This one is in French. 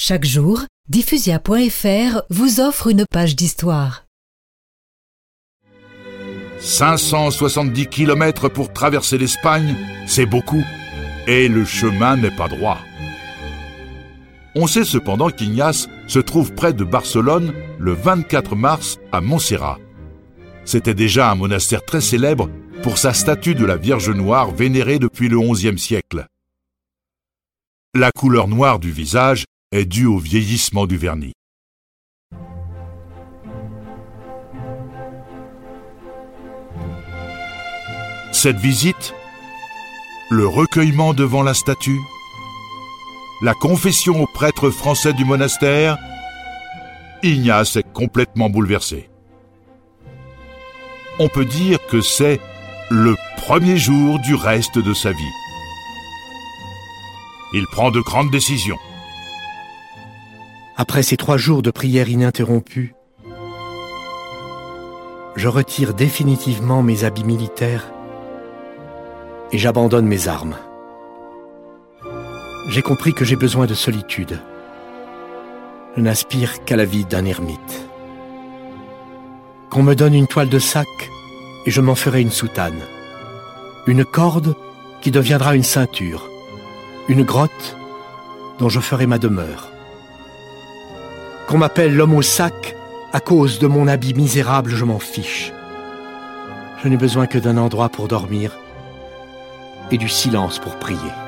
Chaque jour, Diffusia.fr vous offre une page d'histoire. 570 km pour traverser l'Espagne, c'est beaucoup. Et le chemin n'est pas droit. On sait cependant qu'Ignace se trouve près de Barcelone le 24 mars à Montserrat. C'était déjà un monastère très célèbre pour sa statue de la Vierge Noire vénérée depuis le XIe siècle. La couleur noire du visage est due au vieillissement du vernis. Cette visite, le recueillement devant la statue, la confession au prêtre français du monastère, Ignace est complètement bouleversé. On peut dire que c'est le premier jour du reste de sa vie. Il prend de grandes décisions. Après ces 3 jours de prière ininterrompue, je retire définitivement mes habits militaires et j'abandonne mes armes. J'ai compris que j'ai besoin de solitude. Je n'aspire qu'à la vie d'un ermite. Qu'on me donne une toile de sac et je m'en ferai une soutane. Une corde qui deviendra une ceinture. Une grotte dont je ferai ma demeure. Qu'on m'appelle l'homme au sac à cause de mon habit misérable, je m'en fiche. Je n'ai besoin que d'un endroit pour dormir et du silence pour prier.